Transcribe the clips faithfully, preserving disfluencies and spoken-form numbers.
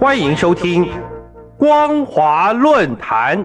欢迎收听光华论坛。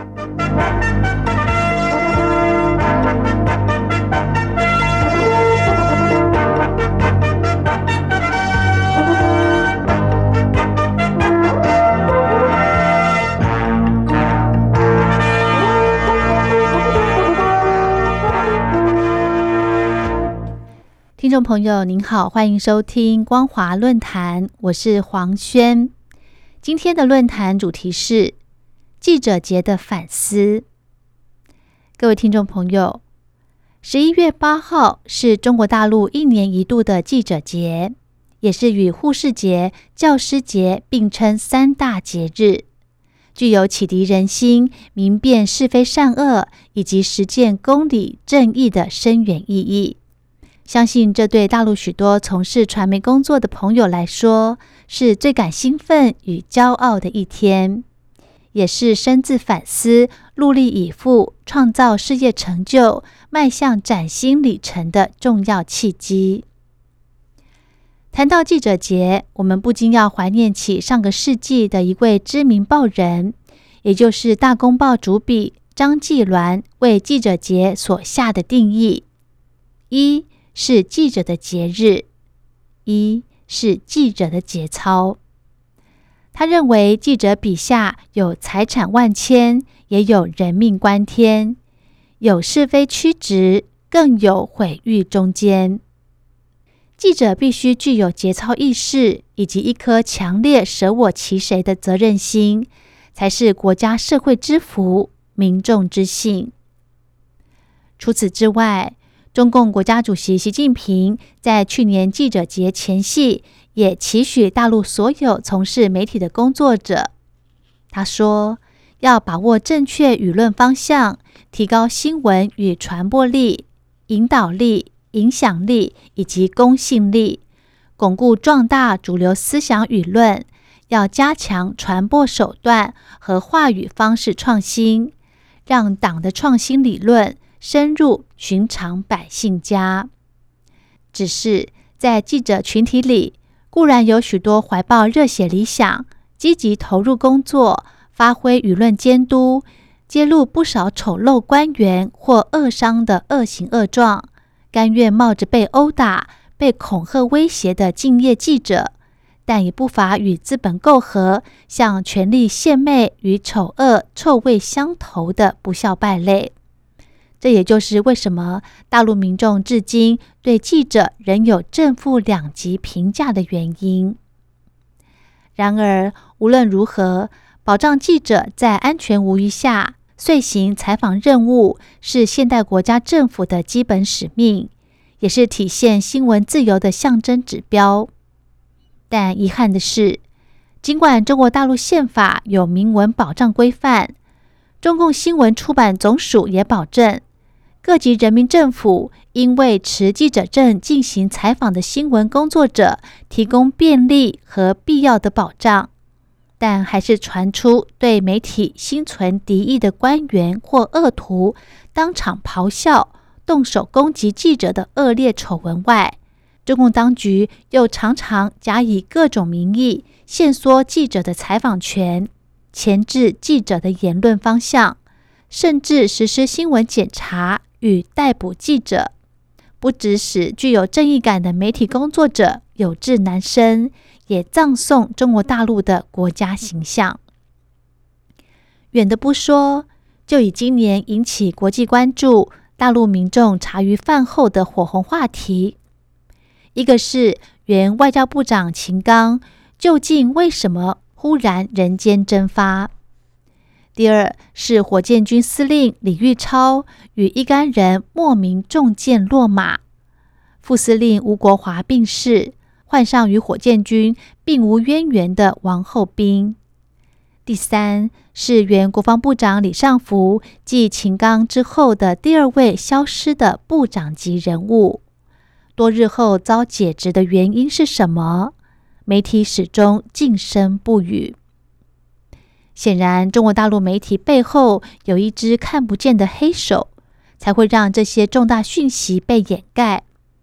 听众朋友您好，欢迎收听光华论坛，我是黄轩。今天的论坛主题是记者节的反思。各位听众朋友，十一月八号是中国大陆一年一度的记者节，也是与护士节、教师节并称三大节日，具有启迪人心、明辨是非善恶以及实践公理正义的深远意义。相信这对大陆许多从事传媒工作的朋友来说，是最感兴奋与骄傲的一天，也是深自反思、戮力以赴、创造事业成就、迈向崭新里程的重要契机。谈到记者节，我们不禁要怀念起上个世纪的一位知名报人，也就是大公报主笔张纪鸾为记者节所下的定义：一是记者的节日，一是记者的节操。他认为记者笔下有财产万千，也有人命关天，有是非曲直，更有毁誉中间。记者必须具有节操意识，以及一颗强烈舍我其谁的责任心，才是国家社会之福，民众之幸。除此之外，中共国家主席习近平在去年记者节前夕也期许大陆所有从事媒体的工作者，他说要把握正确舆论方向，提高新闻与传播力、引导力、影响力以及公信力，巩固壮大主流思想舆论，要加强传播手段和话语方式创新，让党的创新理论深入寻常百姓家。只是在记者群体里，固然有许多怀抱热血理想、积极投入工作、发挥舆论监督、揭露不少丑陋官员或恶商的恶行恶状，甘愿冒着被殴打、被恐吓威胁的敬业记者，但也不乏与资本媾和、向权力献媚与丑恶臭味相投的不孝败类。这也就是为什么大陆民众至今对记者仍有正负两极评价的原因。然而，无论如何，保障记者在安全无虞下遂行采访任务，是现代国家政府的基本使命，也是体现新闻自由的象征指标。但遗憾的是，尽管中国大陆宪法有明文保障规范，中共新闻出版总署也保证，各级人民政府应为持记者证进行采访的新闻工作者提供便利和必要的保障，但还是传出对媒体心存敌意的官员或恶徒当场咆哮、动手攻击记者的恶劣丑闻外，中共当局又常常假以各种名义限缩记者的采访权，钳制记者的言论方向，甚至实施新闻检查与逮捕记者，不只使具有正义感的媒体工作者有志难伸，也葬送中国大陆的国家形象。远的不说，就以今年引起国际关注、大陆民众茶余饭后的火红话题，一个是原外交部长秦刚究竟为什么忽然人间蒸发，第二是火箭军司令李玉超与一干人莫名中箭落马，副司令吴国华病逝，换上与火箭军并无渊源的王厚斌。第三是原国防部长李尚福继秦刚之后的第二位消失的部长级人物，多日后遭解职的原因是什么？媒体始终静声不语。显然，中国大陆媒体背后有一只看不见的黑手，才会让这些重大讯息被掩盖。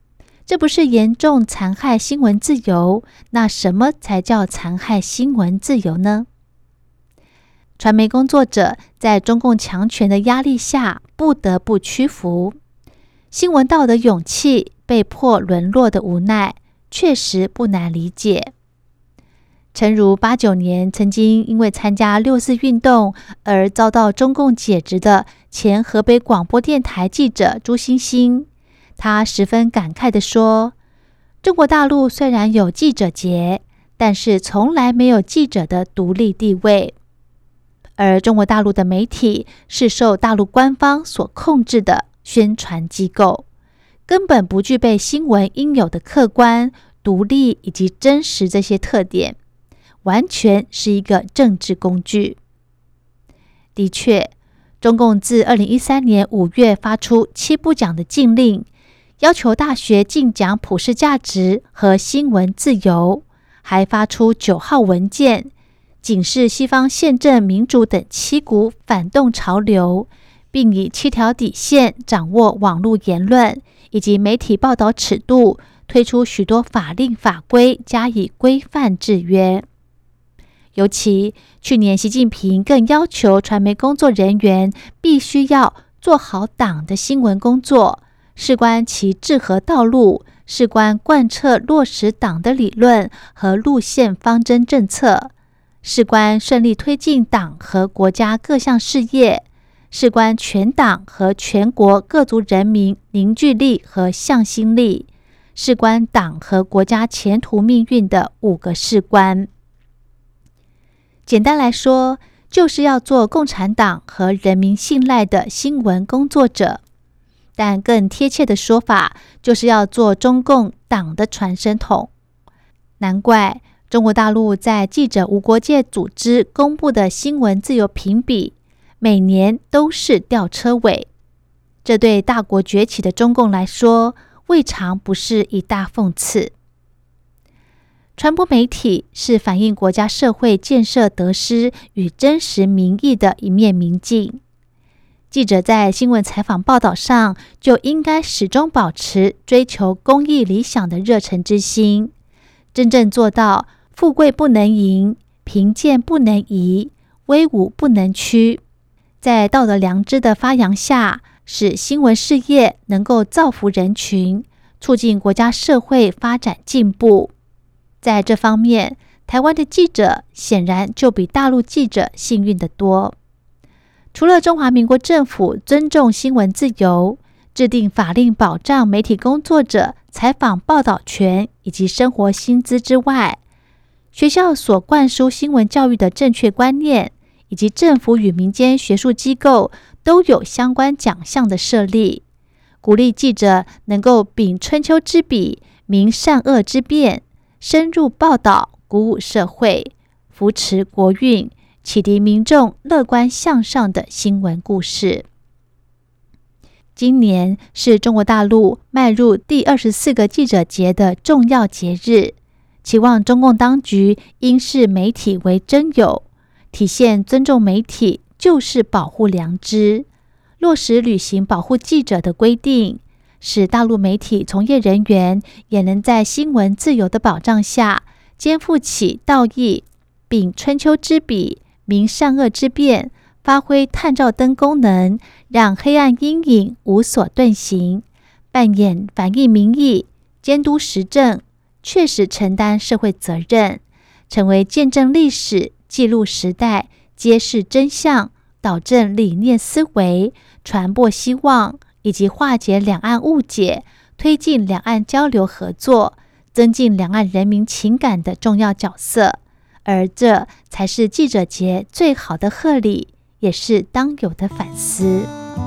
这不是严重残害新闻自由？那什么才叫残害新闻自由呢？传媒工作者在中共强权的压力下不得不屈服，新闻道德勇气被迫沦落的无奈，确实不难理解。诚如八九年曾经因为参加六四运动而遭到中共解职的前河北广播电台记者朱星星，他十分感慨地说，中国大陆虽然有记者节，但是从来没有记者的独立地位，而中国大陆的媒体是受大陆官方所控制的宣传机构，根本不具备新闻应有的客观、独立以及真实这些特点，完全是一个政治工具。的确，中共自二零一三年五月发出七不讲的禁令，要求大学禁讲普世价值和新闻自由，还发出九号文件，警示西方宪政民主等七股反动潮流，并以七条底线掌握网络言论以及媒体报道尺度，推出许多法令法规加以规范制约。尤其去年习近平更要求传媒工作人员必须要做好党的新闻工作，事关其治和道路，事关贯彻落实党的理论和路线方针政策，事关顺利推进党和国家各项事业，事关全党和全国各族人民凝聚力和向心力，事关党和国家前途命运的五个事关。简单来说，就是要做共产党和人民信赖的新闻工作者，但更贴切的说法，就是要做中共党的传声筒。难怪中国大陆在记者无国界组织公布的新闻自由评比，每年都是吊车尾。这对大国崛起的中共来说，未尝不是一大讽刺。传播媒体是反映国家社会建设得失与真实民意的一面明镜。记者在新闻采访报道上就应该始终保持追求公益理想的热忱之心，真正做到富贵不能淫，贫贱不能移，威武不能屈，在道德良知的发扬下，使新闻事业能够造福人群，促进国家社会发展进步。在这方面，台湾的记者显然就比大陆记者幸运得多。除了中华民国政府尊重新闻自由，制定法令保障媒体工作者采访报道权以及生活薪资之外，学校所灌输新闻教育的正确观念，以及政府与民间学术机构都有相关奖项的设立，鼓励记者能够秉春秋之笔，明善恶之辨，深入报道，鼓舞社会，扶持国运，启迪民众乐观向上的新闻故事。今年是中国大陆迈入第二十四个记者节的重要节日，期望中共当局应视媒体为真友，体现尊重媒体就是保护良知，落实履行保护记者的规定，使大陆媒体从业人员也能在新闻自由的保障下，肩负起道义，秉春秋之笔，明善恶之辨，发挥探照灯功能，让黑暗阴影无所遁形，扮演反映民意、监督时政，确实承担社会责任，成为见证历史、记录时代、揭示真相、导正理念思维、传播希望，以及化解两岸误解，推进两岸交流合作，增进两岸人民情感的重要角色。而这才是记者节最好的贺礼，也是当有的反思。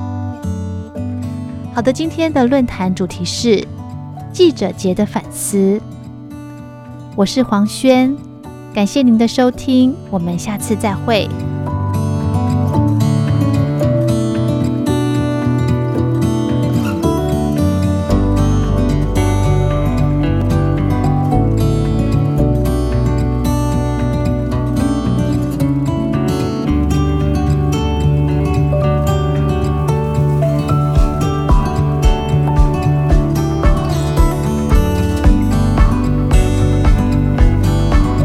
好的，今天的论坛主题是记者节的反思。我是黄轩，感谢您的收听，我们下次再会。